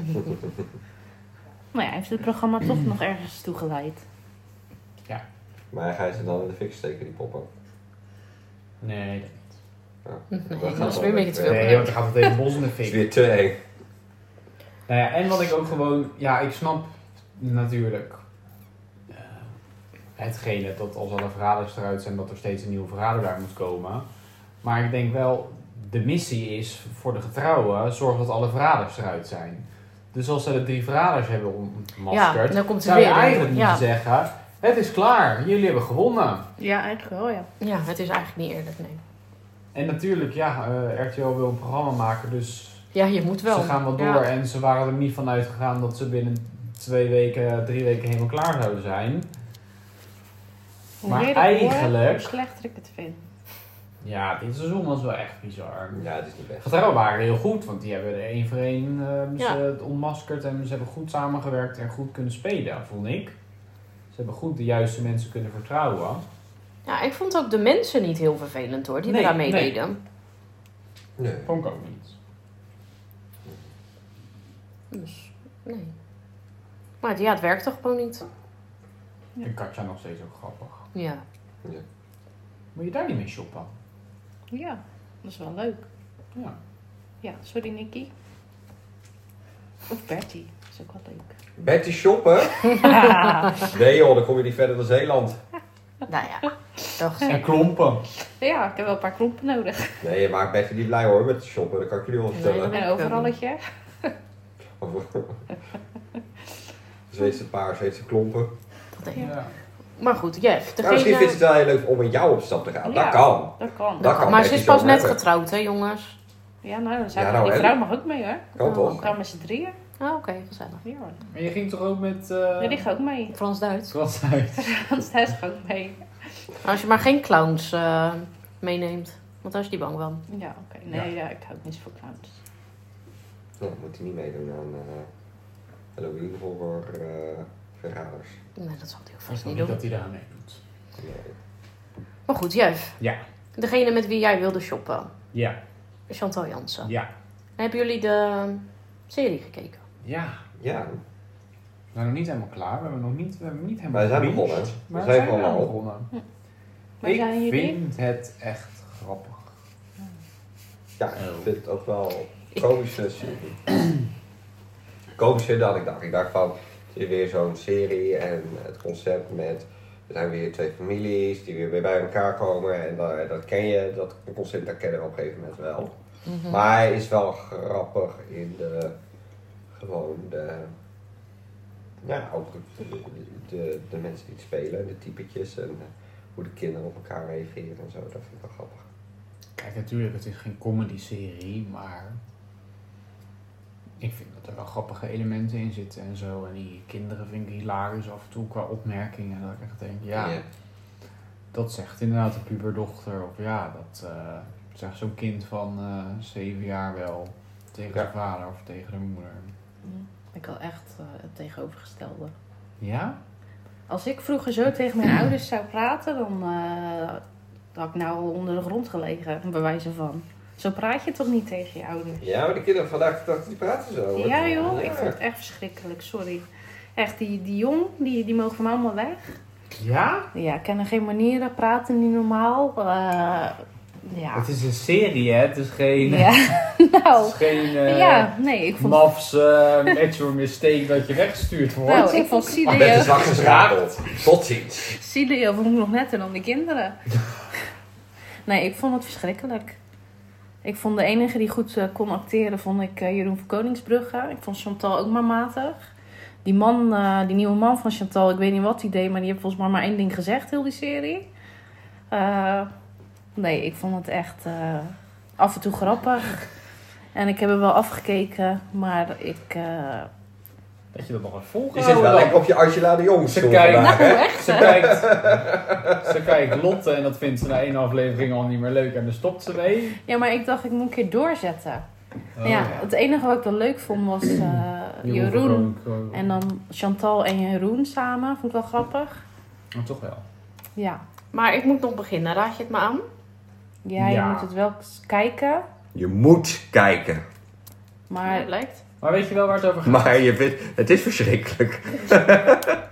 Maar ja, hij heeft het programma toch nog ergens toegeleid. Maar ga je ze dan in de fik steken, die poppen? Nee, dat niet. Nee, Dat dat gaat is wel weer een beetje te weg. veel. Nee, want dan gaat het even bos in de Het is fik. weer te eng. Nou ja, en wat ik ook gewoon... Ja, ik snap natuurlijk... Uh, hetgene dat als alle verraders eruit zijn, dat er steeds een nieuwe verrader bij moet komen. Maar ik denk wel, de missie is voor de getrouwen, zorg dat alle verraders eruit zijn. Dus als ze de drie verraders hebben ontmaskerd, Ja, dan komt er zou je weer een. eigenlijk moeten Ja. zeggen, het is klaar, jullie hebben gewonnen. Ja, eigenlijk wel, ja. Ja, het is eigenlijk niet eerlijk, nee. En natuurlijk, ja, uh, R T L wil een programma maken, dus Ja, je moet wel. ze gaan wel door. Ja. En ze waren er niet van uitgegaan dat ze binnen twee weken, drie weken helemaal klaar zouden zijn. Hoe Maar meer ik hoor, eigenlijk- hoe slechter ik het vind. Ja, dit seizoen was wel echt bizar. Ja, het is niet best. Getrouwen waren heel goed, want die hebben er één voor één uh, Ja. ze het ontmaskerd en ze hebben goed samengewerkt en goed kunnen spelen, vond ik. Ze hebben goed de juiste mensen kunnen vertrouwen. Ja, ik vond ook de mensen niet heel vervelend hoor, die Nee, eraan nee. meededen. Nee. Vond ik ook niet. Dus, nee. Maar ja, het werkt toch gewoon niet? En Katja nog steeds ook grappig. Ja. Moet je daar niet mee shoppen? Ja, dat is wel leuk. Ja. Ja, sorry Nicky. Of Bertie, dat is ook wel leuk. Betty shoppen? Nee joh, dan kom je niet verder dan Zeeland. Nou ja, toch. En klompen. Ja, ik heb wel een paar klompen nodig. Nee, je maakt Betty niet blij hoor met shoppen, dat kan ik jullie wel Nee, vertellen. dat- En overalletje. Zweedse paar, Zweedse klompen. Dat denk ik. Ja. Maar goed, Jeff, Nou, degene... misschien vindt ze het wel heel leuk om met jou op stap te gaan. Ja. Dat kan. Dat kan. Dat kan maar Betty ze is pas zo net hebben. getrouwd, hè jongens? Ja, nou, dan zijn Ja, we- nou, die hè? vrouw mag ook mee hoor. Kan Oh, toch? We gaan met z'n drieën. Ah, oké, gezellig. Ja, hoor. Maar je ging toch ook met... Uh, Nee, die gaat ook mee. Frans-Duits. Frans uit. Frans thuis gaat ook mee. Als je maar geen clowns eh, meeneemt. Want daar is die bang van. Ja, oké. Nee, ja. ik hou niet zo van clowns. Ja, moet hij niet meedoen aan uh, Halloween voor uh, verraders. Nee, dat zal hij ook Ik vast weet niet niet doen. dat hij daar aan meedoet. Nee. Maar goed, Jeff. Ja. Degene met wie jij wilde shoppen. Ja. Chantal Jansen. Ja. Hebben jullie de serie gekeken? Ja. Ja, We zijn nog niet helemaal klaar. We hebben nog niet, we hebben niet helemaal wij zijn gebinged. begonnen. Maar We we zijn zijn wel gewoon al. begonnen. Waar Ik zijn jullie? vind het echt grappig. Ja, ik vind het ook wel een komische serie. Komische dat ik dacht. Ik dacht van, het is weer zo'n serie en het concept met... Er zijn weer twee families die weer bij elkaar komen en dat, dat ken je, dat concept dat kennen we op een gegeven moment wel. Mhm. Maar hij is wel grappig in de, gewoon de, ja, ook de, de, de mensen die het spelen, de typetjes en hoe de kinderen op elkaar reageren en zo, dat vind ik wel grappig. Kijk, natuurlijk, het is geen comedy-serie, maar ik vind dat er wel grappige elementen in zitten en zo. En die kinderen vind ik hilarisch af en toe qua opmerkingen. Dat ik echt denk, ja, Ja. dat zegt inderdaad de puberdochter. Of ja, dat uh, zegt zo'n kind van uh, zeven jaar wel tegen Ja. zijn vader of tegen de moeder. Ik al echt uh, het tegenovergestelde. Ja? Als ik vroeger zo tegen mijn ouders zou praten, dan uh, had ik nou al onder de grond gelegen, bij wijze van. Zo praat je toch niet tegen je ouders? Ja, maar de kinderen vandaag de dag die praten zo. hoor. Ja joh, Ja. ik vind het echt verschrikkelijk, sorry. Echt, die, die jong, die, die mogen van mij allemaal weg. Ja? Ja, kennen geen manieren, praten niet normaal. Uh, ja. Het is een serie, hè? Het is geen... Ja, Het nou. is geen uh, Ja, nee, ik vond... mafs uh, match or mistake dat je weggestuurd wordt. Nou, ik vond Maar met de Sileo... zwak geschakeld. Tot ziens. Sileo vond ik nog netter dan die kinderen. Nee, ik vond het verschrikkelijk. Ik vond de enige die goed uh, kon acteren, vond ik uh, Jeroen van Koningsbrugge. Ik vond Chantal ook maar matig. Die man, uh, die nieuwe man van Chantal, ik weet niet wat hij deed, maar die heeft volgens mij maar één ding gezegd, heel die serie. Uh, nee, ik vond het echt uh, af en toe grappig. En ik heb er wel afgekeken, maar ik... Uh, Dat je dat nog even Je volgt. zit wel lekker op je Angela de Jong Ze stoel kijkt- vandaag, hè? Nou, echt? Ze kijkt, ze kijkt Lotte en dat vindt ze na één aflevering al niet meer leuk en dan stopt ze mee. ja, maar ik dacht, ik moet een keer doorzetten. Oh, ja, het enige wat ik dan leuk vond was uh, Jeroen. Jeroen. En dan Chantal en Jeroen samen. Vond ik wel grappig. Oh, toch wel. Ja. Maar ik moet nog beginnen, raad je het me aan? Ja, je Ja. moet het wel eens kijken. Je moet kijken. Ja, Maar het lijkt. Maar weet je wel waar het over gaat? Maar je vindt, het is verschrikkelijk.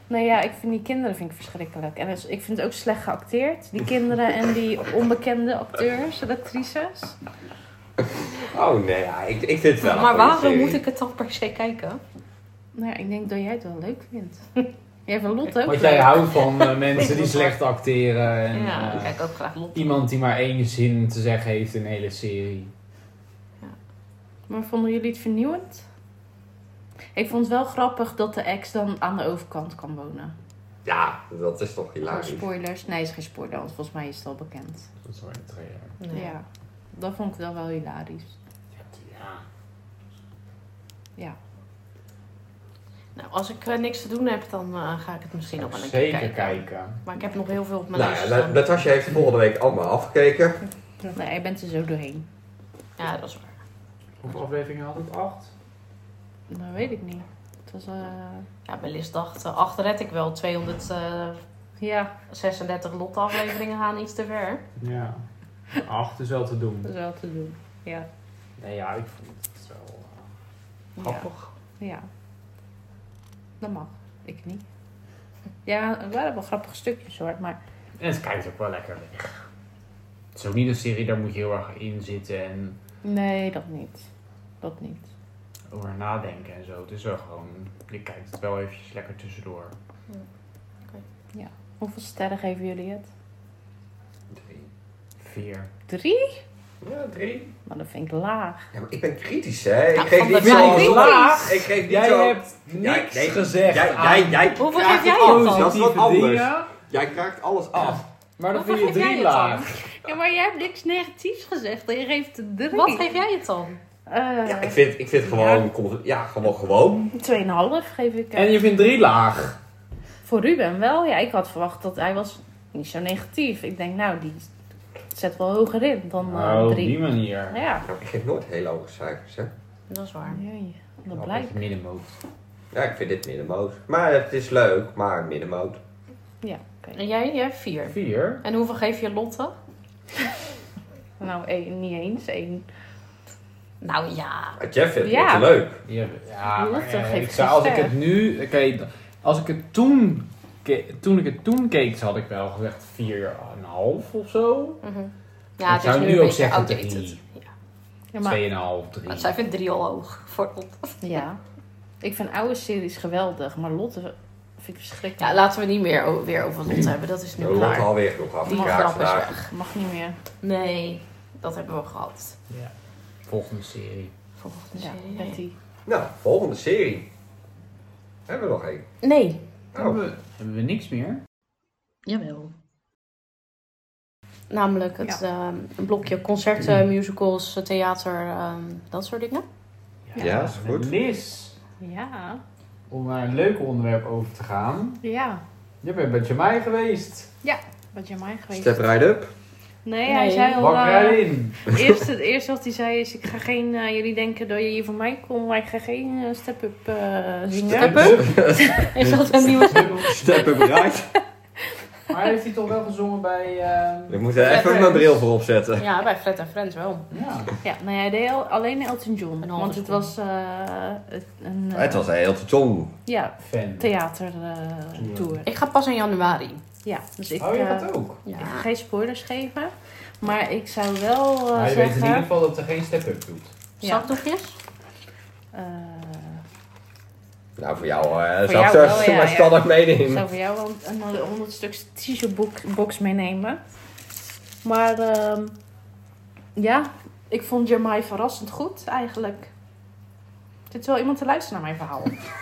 Nee, ja, ik vind die kinderen vind ik verschrikkelijk. En dus, ik vind het ook slecht geacteerd. Die kinderen en die onbekende acteurs en actrices. Oh nee, ja, ik, ik vind het wel Maar een goede waarom serie. moet ik het dan per se kijken? Nou ja, ik denk dat jij het wel leuk vindt. Jij vindt Lot ook Want leuk. jij houdt van uh, mensen die slecht acteren. En, Ja, uh, ik kijk ook graag Lotte. iemand die maar één zin te zeggen heeft in een hele serie. Maar vonden jullie het vernieuwend? Ik vond het wel grappig dat de ex dan aan de overkant kan wonen. Ja, dat is toch Voor hilarisch. spoilers. Nee, is geen spoiler, want volgens mij is het al bekend. Dat is wel in de trailer. Nee. Ja, dat vond ik dan wel hilarisch. Ja. Ja. Nou, als ik uh, niks te doen heb, dan uh, ga ik het misschien nog wel een keer Zeker kijken. kijken. Maar ik heb nog heel veel op mijn Nou lijst ja, staan. Natasja heeft volgende week allemaal afgekeken. Nee, je bent er zo doorheen. Ja, dat is waar. Hoeveel afleveringen had het? Acht? Dat weet ik niet. Het was, uh... Ja, bij Liz dacht, uh, acht red ik wel. tweehonderdzesendertig ja, Lotte afleveringen gaan iets te ver. Ja. Acht is wel te doen. dat is wel te doen. Ja. Nee, ja, ik vond het wel uh, grappig. Ja. ja. Dat mag. Ik niet. Ja, er waren wel grappige stukjes hoor, maar... En het kijkt ook wel lekker weg. Het is ook niet een serie, daar moet je heel erg in zitten en Nee, dat niet. Dat niet. over nadenken en zo. Het is wel gewoon, je kijkt het wel eventjes lekker tussendoor. Hoeveel sterren geven jullie het? Drie. Vier. Drie? Ja, drie. Maar dat vind ik laag. Ja, maar ik ben kritisch, hè. Ik Ja, geef van niet de zo vijf. laag. Ik geef niet Jij zo... hebt niks nee. gezegd Jij, aan jij, jij Hoeveel kraakt geef jij het het af. dan? Dat is wat positieve anders. dingen. Jij kraakt alles af. Maar dan Hoeveel vind je geef jij drie het dan? laag. Ja, maar jij hebt niks negatiefs gezegd. En je geeft het drie. Wat geef jij het dan? Uh, Ja, ik vind, ik vind gewoon... Ja, gewoon gewoon. tweeënhalf geef ik. uh, En je vindt drie laag. Voor Ruben wel. Ja, ik had verwacht dat hij was niet zo negatief. Ik denk, nou, die zet wel hoger in dan uh, Oh, op drie. die manier. Ja. Nou, ik geef nooit hele hoge cijfers, hè. Dat is waar. Jee, dat Een blijkt. beetje middenmoot. Ja, ik vind dit middenmoot. Maar het is leuk, maar middenmoot. Ja, oké. En jij? Jij vier. Vier. En hoeveel geef je Lotte? Nou, één, niet eens. één. Nou ja. Maar Jeff vindt Ja. het leuk. Ja, ja Lotte maar, eh, geeft ik zou, geen als ik ster. het nu... Oké, als ik het toen... ke- Toen ik het toen keek, had ik wel gezegd vier komma vijf of zo. Mhm. Ik Ja, het is zou nu nu een ook beetje zeggen outdated. drie. Ja. Ja, maar, twee komma vijf, drie. Maar zij vindt drie al hoog voor Lotte. ja. Ik vind oude series geweldig, maar Lotte vind ik verschrikkelijk. Ja, laten we niet meer o- weer over Lotte hebben. Dat is nu We moeten klaar. alweer genoeg Die afgekraakt grap is vandaag. weg. Mag niet meer. Nee, dat hebben we gehad. Ja. Volgende serie. Volgende Ja, serie. Betty. Nou, volgende serie. Hebben we nog één? Nee. Hebben, Oh. we, hebben we niks meer? Jawel. Namelijk het ehm, een blokje concerten, musicals, eh, theater, ehm, dat soort dingen. Ja, is goed. Liz, Ja. om naar een leuk onderwerp over te gaan. Ja. Je bent bij Jamai geweest. Wat jij mij geweest. Step right up. Nee, hij Nee. zei al... Wak eh, jij in. eerst, het eerste wat hij zei is, ik ga geen... eh, jullie denken dat je hier voor mij komt, maar ik ga geen eh, step-up eh, zingen. Step-up? Is dat een nieuwe... Step up right. Maar heeft hij toch wel gezongen bij... eh, We moeten even mijn bril voor opzetten. Ja, bij Fred en Friends wel. Ja. Ja, nou hij deed al- alleen Elton John. Een halve Want het seconde. was eh, het- een eh, Het was een heel John. ja, Fan. theatertour. Ik ga pas in januari. ja, dus ik, Oh, je eh, gaat ook? Ja. ik ga geen spoilers geven. Maar ik zou wel eh, Maar je weet zeggen... in ieder geval dat er geen step-up doet. Ja. Zakdoekjes? eh, Nou, voor jou uh, Voor zou ik jou wel, zo ja, maar ja. standaard ik meenemen. zou voor jou wel een, een honderd stuk t-shirt-box meenemen. Maar ehm, ja, ik vond Jamai verrassend goed eigenlijk. Zit wel iemand te luisteren naar mijn verhaal?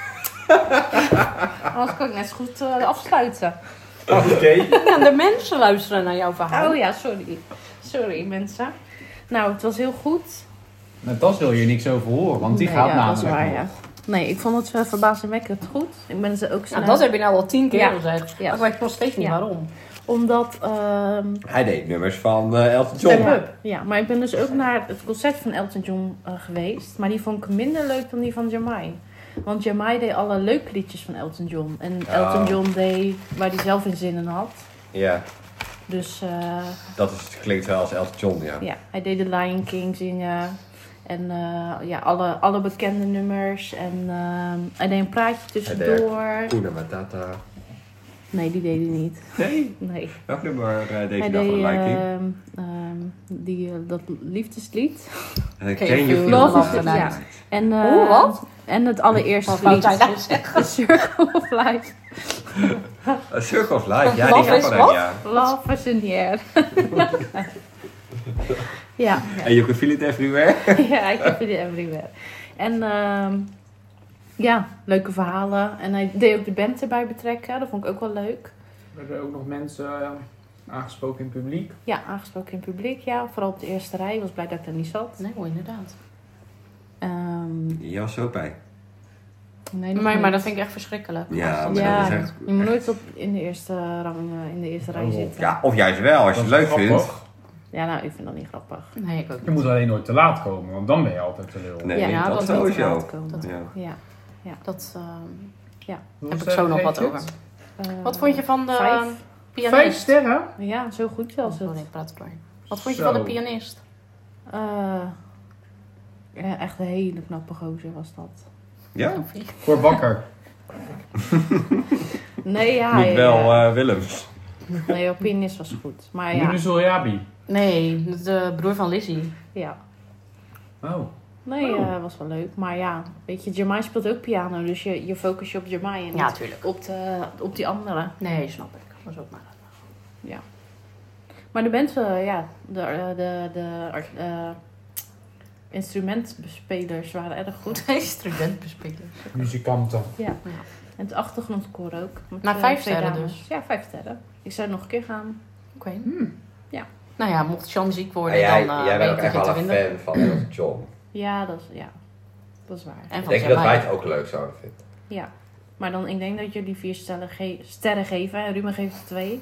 Anders kan ik net zo goed eh, afsluiten. Oké. Ja, de mensen luisteren naar jouw verhaal. Oh ja, sorry. Sorry mensen. Nou, het was heel goed. Natas wil hier niks over horen, want die Nee, gaat ja, namelijk dat is waar, nog. ja. Nee, ik vond het uh, verbazingwekkend goed. Ik ben ze ook snel... Nou, dat heb je nou al tien keer Ja. gezegd. Ja. Maar ik weet nog steeds niet Ja. waarom. Omdat... ehm, Hij deed nummers van uh, Elton John. Ja, ja, maar ik ben dus ook naar het concert van Elton John uh, geweest. Maar die vond ik minder leuk dan die van Jamai. Want Jamai deed alle leuke liedjes van Elton John. En Oh. Elton John deed waar hij zelf in zin in had. Ja, Dus uh, dat is, klinkt wel als Elton John, ja. ja, hij deed de Lion King zingen. En uh, ja, alle, alle bekende nummers. En uh, hij deed een praatje tussendoor. Kuna Matata. Nee, die deed hij niet. Nee? Nee. Welk nummer uh, deed je Hij dan deed van Liking? ehm, ehm, die, uh, dat liefdeslied. Uh, Can Can you you feel feel Love love is- tonight? ja. En, uh, Oeh, wat? En het allereerste Wat wou lied. jij nou zeggen? The Circle of Life. A Circle of Life, ja, die Love heb is van hem, wat? ja. Love is in the air. ja. En you can feel it everywhere. ja, ik heb het everywhere. En ehm, ja, leuke verhalen. En hij deed ook de band erbij betrekken. Dat vond ik ook wel leuk. Werden er ook nog mensen uh, aangesproken in het publiek? Ja, aangesproken in het publiek. Ja, vooral op de eerste rij. Ik was blij dat ik daar niet zat. Nee, oh, inderdaad. Ehm, Je was er ook bij. nee, nog Maar, maar niet. dat vind ik echt verschrikkelijk. Ja, Als maar dat- ja, dat is echt- je moet nooit op, in de eerste rang, eh, in de eerste rij Oh. zitten. Ja, of juist wel, als je het leuk vindt. Ja, nou, ik vind dat niet grappig. Nee, ik ook Je niet. moet alleen nooit te laat komen, want dan ben je altijd te lul. Nee, ja, nou, dat dat wil sowieso. eruit komen. Dat- Ja. Ja. Dat ehm, Hoeveel heb ik sterren zo nog geef wat je over. het? Eh, Wat vond je van de Vijf. pianist? Vijf sterren? Ja, zo goed zelfs. Oh, het. nee, ik praat door. Wat vond je Zo. van de pianist? Eh, ja, echt een hele knappe gozer was dat. Ja? Voor Bakker. Nee, ja. Niet hij, wel eh, uh, Willems. nee, op pianist was goed. Maar ja, Nunu Zuljabi. Nee, de broer van Lizzie. ja. Oh. Nee, Oh. eh, was wel leuk. Maar ja, weet je, Jermaine speelt ook piano. Dus je, je focus je op Jermaine en Ja, niet tuurlijk. op, de, op die andere. Nee, snap ik. Dat was ook maar. Ja. Maar de band, eh, ja, de, eh, de, de eh, instrumentbespelers waren erg goed. Instrumentbespelers. Muzikanten. Ja. Ja. En het achtergrondkoor ook. Met, Maar eh, vijf twee sterren dames. dus? Ja, vijf sterren. Ik zou nog een keer gaan. Oké. Hmm. Ja. Nou ja, mocht Sean ziek worden, En jij, dan uh, jij ben bent ik ook echt er wel te een vinden. fan van Elton John. Ja, dat is, ja, dat is waar. En van Denk je dat wij Jermaine. het ook leuk zouden vinden? Ja. Maar dan, ik denk dat jullie vier sterren, ge- sterren geven en Ruben geeft er twee.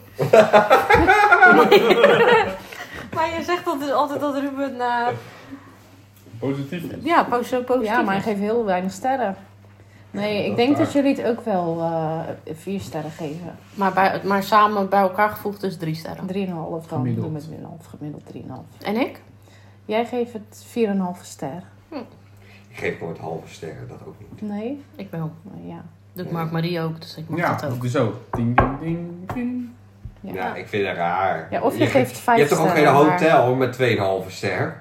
Maar je zegt dat dus altijd dat Ruben... Uh, Positief is. ja, po- zo positief Ja, maar hij is. geeft heel weinig sterren. Nee, Ja, ik dat denk is dat waar. jullie het ook wel eh, vier sterren geven. Maar, bij, maar samen bij elkaar gevoegd dus drie sterren. Drieënhalf dan. Gemiddeld. Doe met drieënhalf, gemiddeld drieënhalf. En ik? Jij geeft het vier komma vijf ster. Ik geef nooit halve sterren, dat ook niet. Nee? Ik wel. Nou ja. Doe ik Mark Marie ook, dus ik mag Ja, dat ook. dus ook. Ding, ding, ding, ding. Ja. Ja, ik vind het raar. Ja, of je geeft vijf Je hebt toch ook geen sterren, maar- hotel met twee komma vijf ster?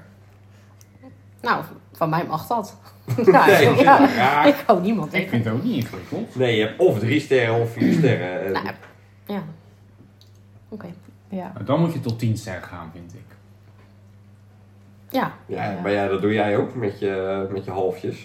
Nou, van mij mag dat. ja, Nee, ik, ja, raar. ik hou niemand Ik tegen. vind het ook niet ingewikkeld. Nee, je hebt of drie sterren of vier sterren. En- Nou, ja. Oké. Ja. Maar dan moet je tot tien sterren gaan, vind ik. Ja. ja, Ja. maar ja, dat doe jij ook met je, met je halfjes.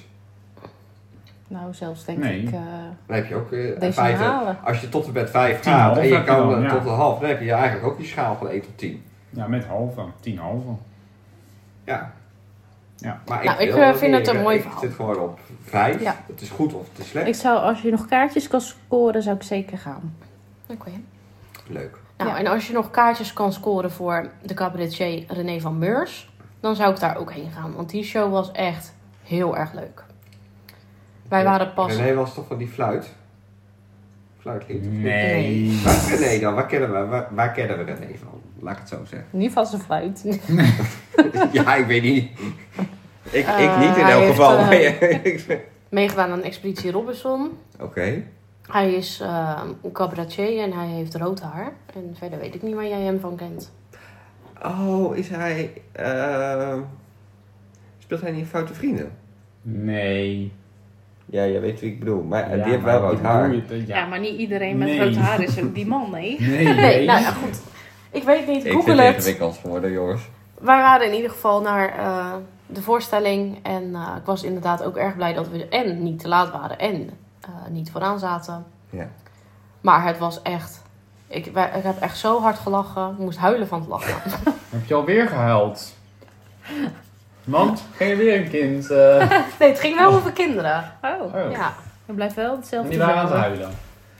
Nou, zelfs denk Nee. ik... eh, Dan heb je ook eh, in Decimalen. feite, als je tot en met vijf Tien gaat half en je heb je kan dan, eh, ja. tot een half, dan heb je eigenlijk ook die schaal van één tot tien. Ja, met halve. Tien halve. Ja. Ja. Maar Nou, ik, wil eh, dat vind niet. het een Ik- mooi ik verhaal. zit gewoon op vijf. Ja. Het is goed of het is slecht. ik zou, als je nog kaartjes kan scoren, zou ik zeker gaan. Oké. Leuk. Nou, Ja. en als je nog kaartjes kan scoren voor de cabaretier René van Meurs, dan zou ik daar ook heen gaan. Want die show was echt heel erg leuk. Wij waren pas... René was toch van die fluit? Fluitlied? of niet? Nee. Waar is René dan? Waar kennen we, waar, waar kennen we René van? Laat ik het zo zeggen. Niet van zijn fluit. Ja, ik weet niet. Ik, Eh, ik niet in hij elk heeft, geval. eh, Nee. Meegedaan aan Expeditie Robinson. Oké. Hij is uh, een cabaretier en hij heeft rood haar. En verder weet ik niet waar jij hem van kent. Oh, is hij... eh, speelt hij niet in Foute Vrienden? Nee. Ja, jij weet wie ik bedoel. Maar eh, Ja, die heeft wel maar rood hoe haar. doe je het? Ja, Ja. maar niet iedereen met Nee. rood haar is ook die man, nee. Nee, Nee, nee. nou ja, goed. Ik weet niet, Ik google vind het het. ingewikkeld geworden, jongens. Wij waren in ieder geval naar uh, de voorstelling. En uh, ik was inderdaad ook erg blij dat we en niet te laat waren en uh, niet vooraan zaten. Ja. Maar het was echt... Ik, wij, ik heb echt zo hard gelachen. Ik moest huilen van het lachen. Heb je alweer gehuild? Want, ga je weer een kind? eh Nee, het ging wel over kinderen. Oh, Oh. Ja. dan blijft wel En hetzelfde. die waren aan het genre. huilen.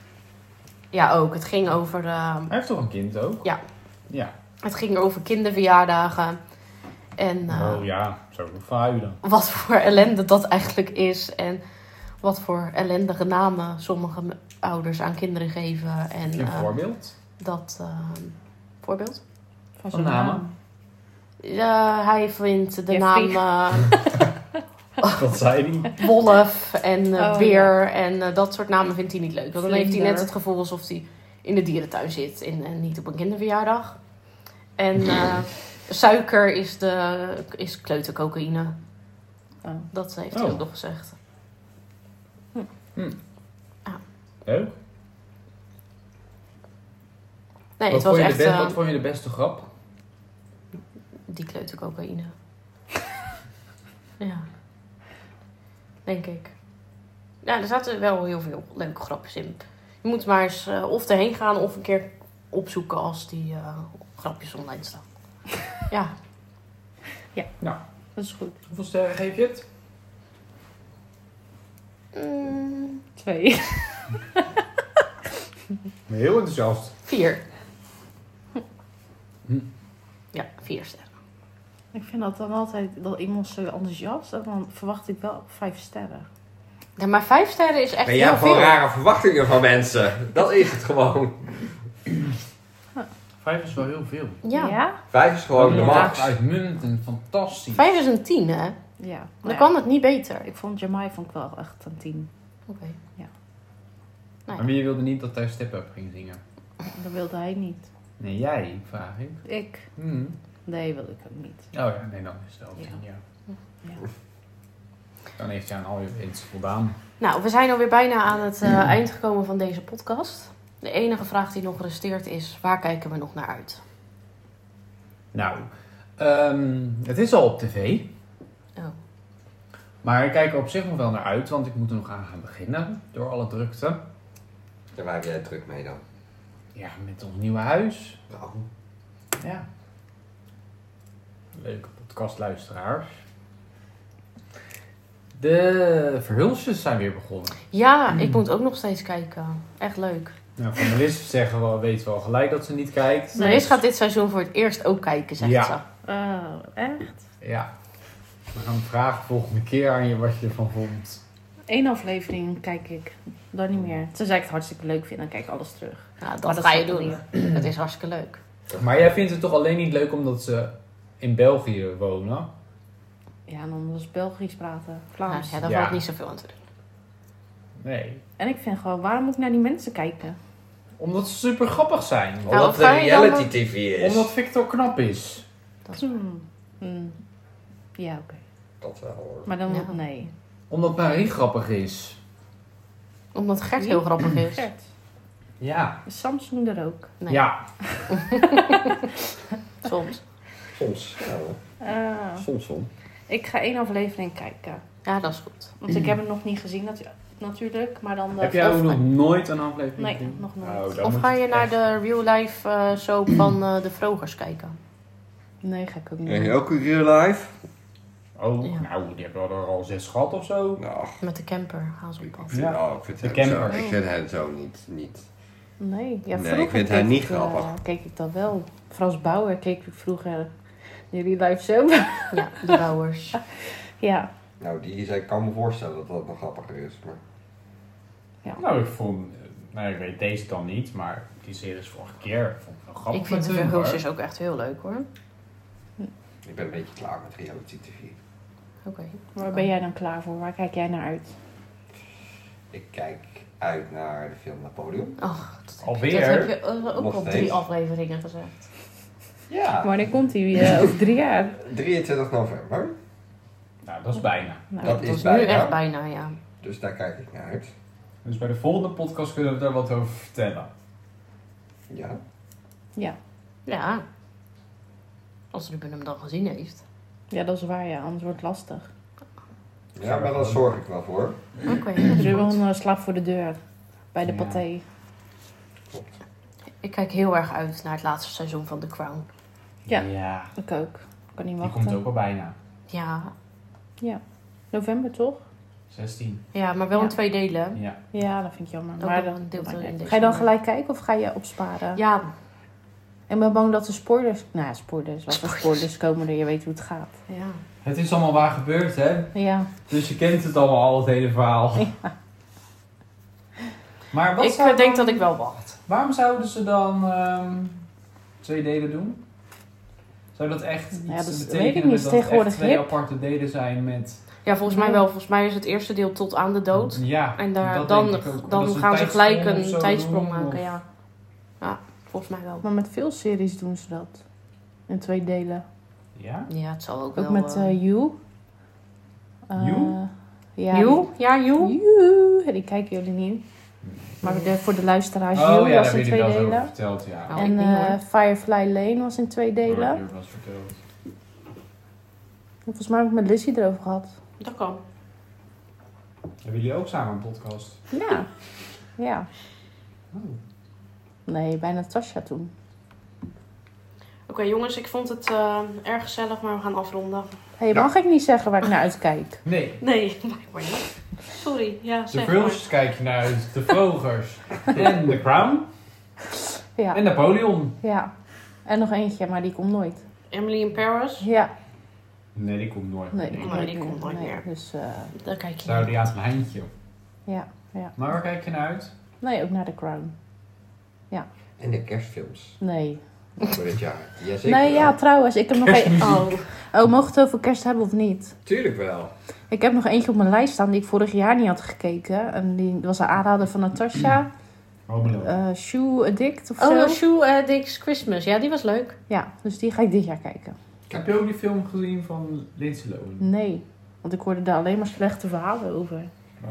Ja, ook. Het ging over... Uh, Hij heeft toch een kind ook? Ja. Ja. het ging over kinderverjaardagen. En uh, Oh ja, zo nog huilen. wat voor ellende dat eigenlijk is. En wat voor ellendige namen sommige m- ouders aan kinderen geven. En Een uh, voorbeeld? dat... Uh, voorbeeld? Van Van zijn namen? naam. Ja, hij vindt de Jeffrey. naam uh, Wat zei hij? Wolf en uh, Oh, Beer en uh, dat soort namen vindt hij niet leuk. Want dan heeft hij net Vlinder. het gevoel alsof hij in de dierentuin zit en, en niet op een kinderverjaardag. En uh, suiker is, de, is kleutercocaïne. Oh. Dat heeft Oh. hij ook nog gezegd. Hm. Ah. Leuk. Nee, wat, het was vond je echt de be- uh, wat vond je de beste grap? die kleutercocaïne. Ja. Denk ik. Ja, er zaten wel heel veel leuke grapjes in. Je moet maar eens uh, of erheen gaan of een keer opzoeken als die uh, grapjes online staan. Ja. Dat is goed. Hoeveel sterren geef je het? Mm, Twee. Ik ben heel enthousiast. vier. Hm. Ja, vier sterren. Ik vind dat dan altijd, dat iemand zo enthousiast, en dan verwacht ik wel vijf sterren. Ja, maar vijf sterren is echt Maar je heel hebt gewoon veel. rare verwachtingen van mensen. Dat is het gewoon. Vijf is wel heel veel. Ja. Vijf is gewoon de Ja, max. uitmuntend en fantastisch. Vijf is een tien, hè? Ja. Dan Nou ja, kan het niet beter. Ik vond Jamai vond ik wel echt een tien. Oké. Ja. Nou Maar ja. wie wilde niet dat hij Step Up ging zingen? Dat wilde hij niet. Nee, jij, vraag ik. Ik? Hm. Nee, wilde ik ook niet. Oh ja, nee, dan is het wel Ja. tien jaar. Ja. Dan heeft hij aan al je wensen voldaan. Nou, we zijn alweer bijna aan het uh, eind gekomen van deze podcast. De enige vraag die nog resteert is, waar kijken we nog naar uit? Nou, um, het is al op tv. Oh. Maar ik kijk er op zich nog wel naar uit, want ik moet er nog aan gaan beginnen. Door alle drukte. En waar heb jij druk mee dan? Ja, met ons nieuwe huis. Nou, Ja. Leuke podcastluisteraars. De verhulsjes zijn weer begonnen. Ja, ik moet ook nog steeds kijken. Echt leuk. Nou, van Melis zeggen we, weten we al gelijk dat ze niet kijkt. Melis gaat dit seizoen voor het eerst ook kijken, zegt Ja. ze. Oh, echt? Ja. We gaan vragen volgende keer aan je wat je ervan vond. Eén aflevering kijk ik. Dan niet meer. Tenzij ik het hartstikke leuk vind, dan kijk ik alles terug. Nou, dat, Maar dat ga je zal doen. niet. Het is hartstikke leuk. Maar jij vindt het toch alleen niet leuk omdat ze in België wonen? Ja, en dan was Belgisch praten. Nou, Vlaams. ja, daar Ja. valt niet zoveel aan te doen. Nee. En ik vind gewoon, waarom moet ik naar die mensen kijken? Omdat ze super grappig zijn. Nou, omdat of het ga een je dan- reality tv is. Omdat Victor knap is. Dat is... Hmm. Hmm. Ja, oké. Dat wel hoor. Maar dan, Ja. nee. Omdat Marie grappig is. Omdat Gert heel grappig is. Gert. Ja. Is Samsung er ook? Nee, Ja. soms. Soms. Ja, hoor. Ah, soms, soms. ik ga één aflevering kijken. Ja, dat is goed. Want ik heb het nog niet gezien natu- natuurlijk. Maar dan... de- Heb jij ook of- nog nooit een aflevering Nee, gezien? nog nooit. Oh, dan Of moet ga het je naar echt- de real life uh, soap van uh, de Vrogers kijken? Nee, ga ik ook niet. En ook in real life? Oh, Ja. nou, die hebben er al zes gehad of zo. Nou, Met de camper, Hazelpad. Ja. ja. ik vind De hem camper. zo, ik vind hem zo niet, niet. Nee, ja, Nee, vroeger ik vind keek haar niet ik, eh, grappig. keek ik dat wel. Frans Bauer keek ik vroeger jullie live zo. Ja, de Bouwers. Ja, Nou, die zei, ik kan me voorstellen dat dat nog grappiger is. Maar... Nou, ik vond... Nou, ik weet deze dan niet, maar die series vorige keer vond ik wel grappig. Ik vind de met hun, Vrogers hoor. ook echt heel leuk hoor. Ik ben een beetje klaar met reality tv. Oké. waar ben jij dan klaar voor? Waar kijk jij naar uit? Ik kijk uit naar de film Napoleon. Ach, dat heb, Alweer? Je, dat heb je uh, ook Nog al steeds. drie afleveringen gezegd. Ja, Wanneer komt hij? eh, over drie jaar? drieëntwintig november. Nou, dat is bijna. Nou, Dat Dat is is nu bijna. echt bijna, ja. Dus daar kijk ik naar uit. Dus bij de volgende podcast kunnen we daar wat over vertellen. Ja. ja. Ja. Als Ruben hem dan gezien heeft. ja, dat is waar, ja. Anders wordt het lastig. Ja, maar daar zorg ik wel voor. Oké. Ruben uh, slaat voor de deur. Bij de Ja. paté. Klopt. Ik kijk heel erg uit naar het laatste seizoen van The Crown. Ja. Ja. Ik ook. Kan niet Die wachten. komt ook al bijna. Ja. Ja. November toch? zestien. Ja, maar wel Ja. in twee delen. Ja. Ja, dat vind ik jammer. Ook Maar wel dan, een deel maakt in niet uit. december. Ga je dan gelijk kijken of ga je opsparen? Ja, Ik ben bang dat de spoilers... Nou, spoilers. Wat voor spoilers komen er? Je weet hoe het gaat. ja. Het is allemaal waar gebeurd, hè? Ja. Dus je kent het allemaal al, het hele verhaal. Maar wat Ik zou eh, denk dan- dat ik wel wacht. Waarom zouden ze dan ehm, twee delen doen? Zou dat echt iets Ja, dat is- betekenen weet ik niet. dat het Tegenwoordig echt twee hip. aparte delen zijn met... Ja, volgens mij Ja. wel. Volgens mij is het eerste deel tot aan de dood. Ja, En daar, dat dan, denk ik ook. dan Dat ze gaan ze gelijk tijdsprong of een zo tijdsprong doen, maken, of- ja. Volgens mij wel. Maar met veel series doen ze dat. In twee delen. Ja? Ja, het zal ook, Ook wel... met eh, uh, You. Uh, You? Ja. You? Ja, You? You. Die kijken jullie niet. Maar de, voor de luisteraars, Oh You ja, was daar in heb je twee wel zo over delen. verteld, ja. Oh, ik En niet, uh, hoor. Firefly Lane was in twee Oh, delen. ik heb wel eens verteld. Volgens mij heb ik met Lizzie erover gehad. Dat kan. Hebben jullie ook samen een podcast? Ja. Ja. Oh. Nee, bij Natasja toen. Oké jongens, ik vond het uh, erg gezellig, maar we gaan afronden. Hé, hey, mag ik niet zeggen waar ik naar uitkijk? Nee. Nee, blijkbaar niet. Sorry, ja, De zeg Vultjes kijk je naar uit. De Vogers. En The Crown. Ja. En Napoleon. Ja. En nog eentje, maar die komt nooit. maar. Emily in Paris, Ja. Nee, die komt nooit Nee, meer. die Nee, komt die nooit komt nooit meer. meer. Dus, uh, daar kijk je Zou naar. die aan zijn Heintje. ja. Ja. Maar waar kijk je naar uit? Nee, ook naar The Crown. En de kerstfilms Nee. voor dit jaar. Jazeker Nee, wel. ja, trouwens, ik heb nog een... Oh. oh, mogen we het over kerst hebben of niet? Tuurlijk wel. Ik heb nog eentje op mijn lijst staan die ik vorig jaar niet had gekeken. En die was een aanrader van Natasja. Home Alone. Uh, Shoe Addict of Oh, zo. Shoe Addicts Christmas. Ja, die was leuk. Ja, dus die ga ik dit jaar kijken. Heb je ook die film gezien van Lindsay Lohan? Nee, want ik hoorde daar alleen maar slechte verhalen over. Oh.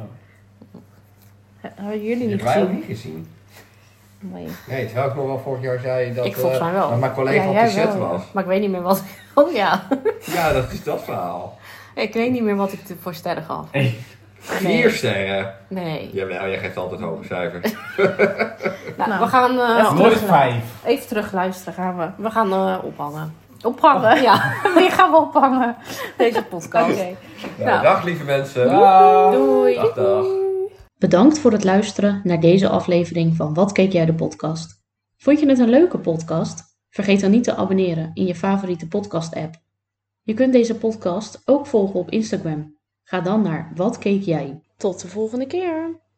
He- Hebben jullie Die niet hebben wij ook gezien? niet gezien. Nee. Nee, terwijl ik nog wel vorig jaar zei dat, Ik volgens eh, mij wel. dat mijn collega Ja, op jij de set wel, ja. was. Maar ik weet niet meer wat... Oh ja. Ja, dat is dat verhaal. Ik weet niet meer wat ik voor sterren gaf. Hey. Nee. Vier sterren. Nee. Jawel, jij geeft altijd hoge cijfers. Nou, Nou, we gaan, uh, even Nooit terug- vijf. Even terug luisteren gaan we. we gaan uh, ophangen. Ophangen? Ja. Die gaan we ophangen. Deze podcast. Oké. Nou, Nou. dag lieve mensen. Dag. Doei. Dag, dag. Bedankt voor het luisteren naar deze aflevering van Wat Keek Jij de podcast. Vond je het een leuke podcast? Vergeet dan niet te abonneren in je favoriete podcast app. Je kunt deze podcast ook volgen op Instagram. Ga dan naar Wat Keek Jij. Tot de volgende keer!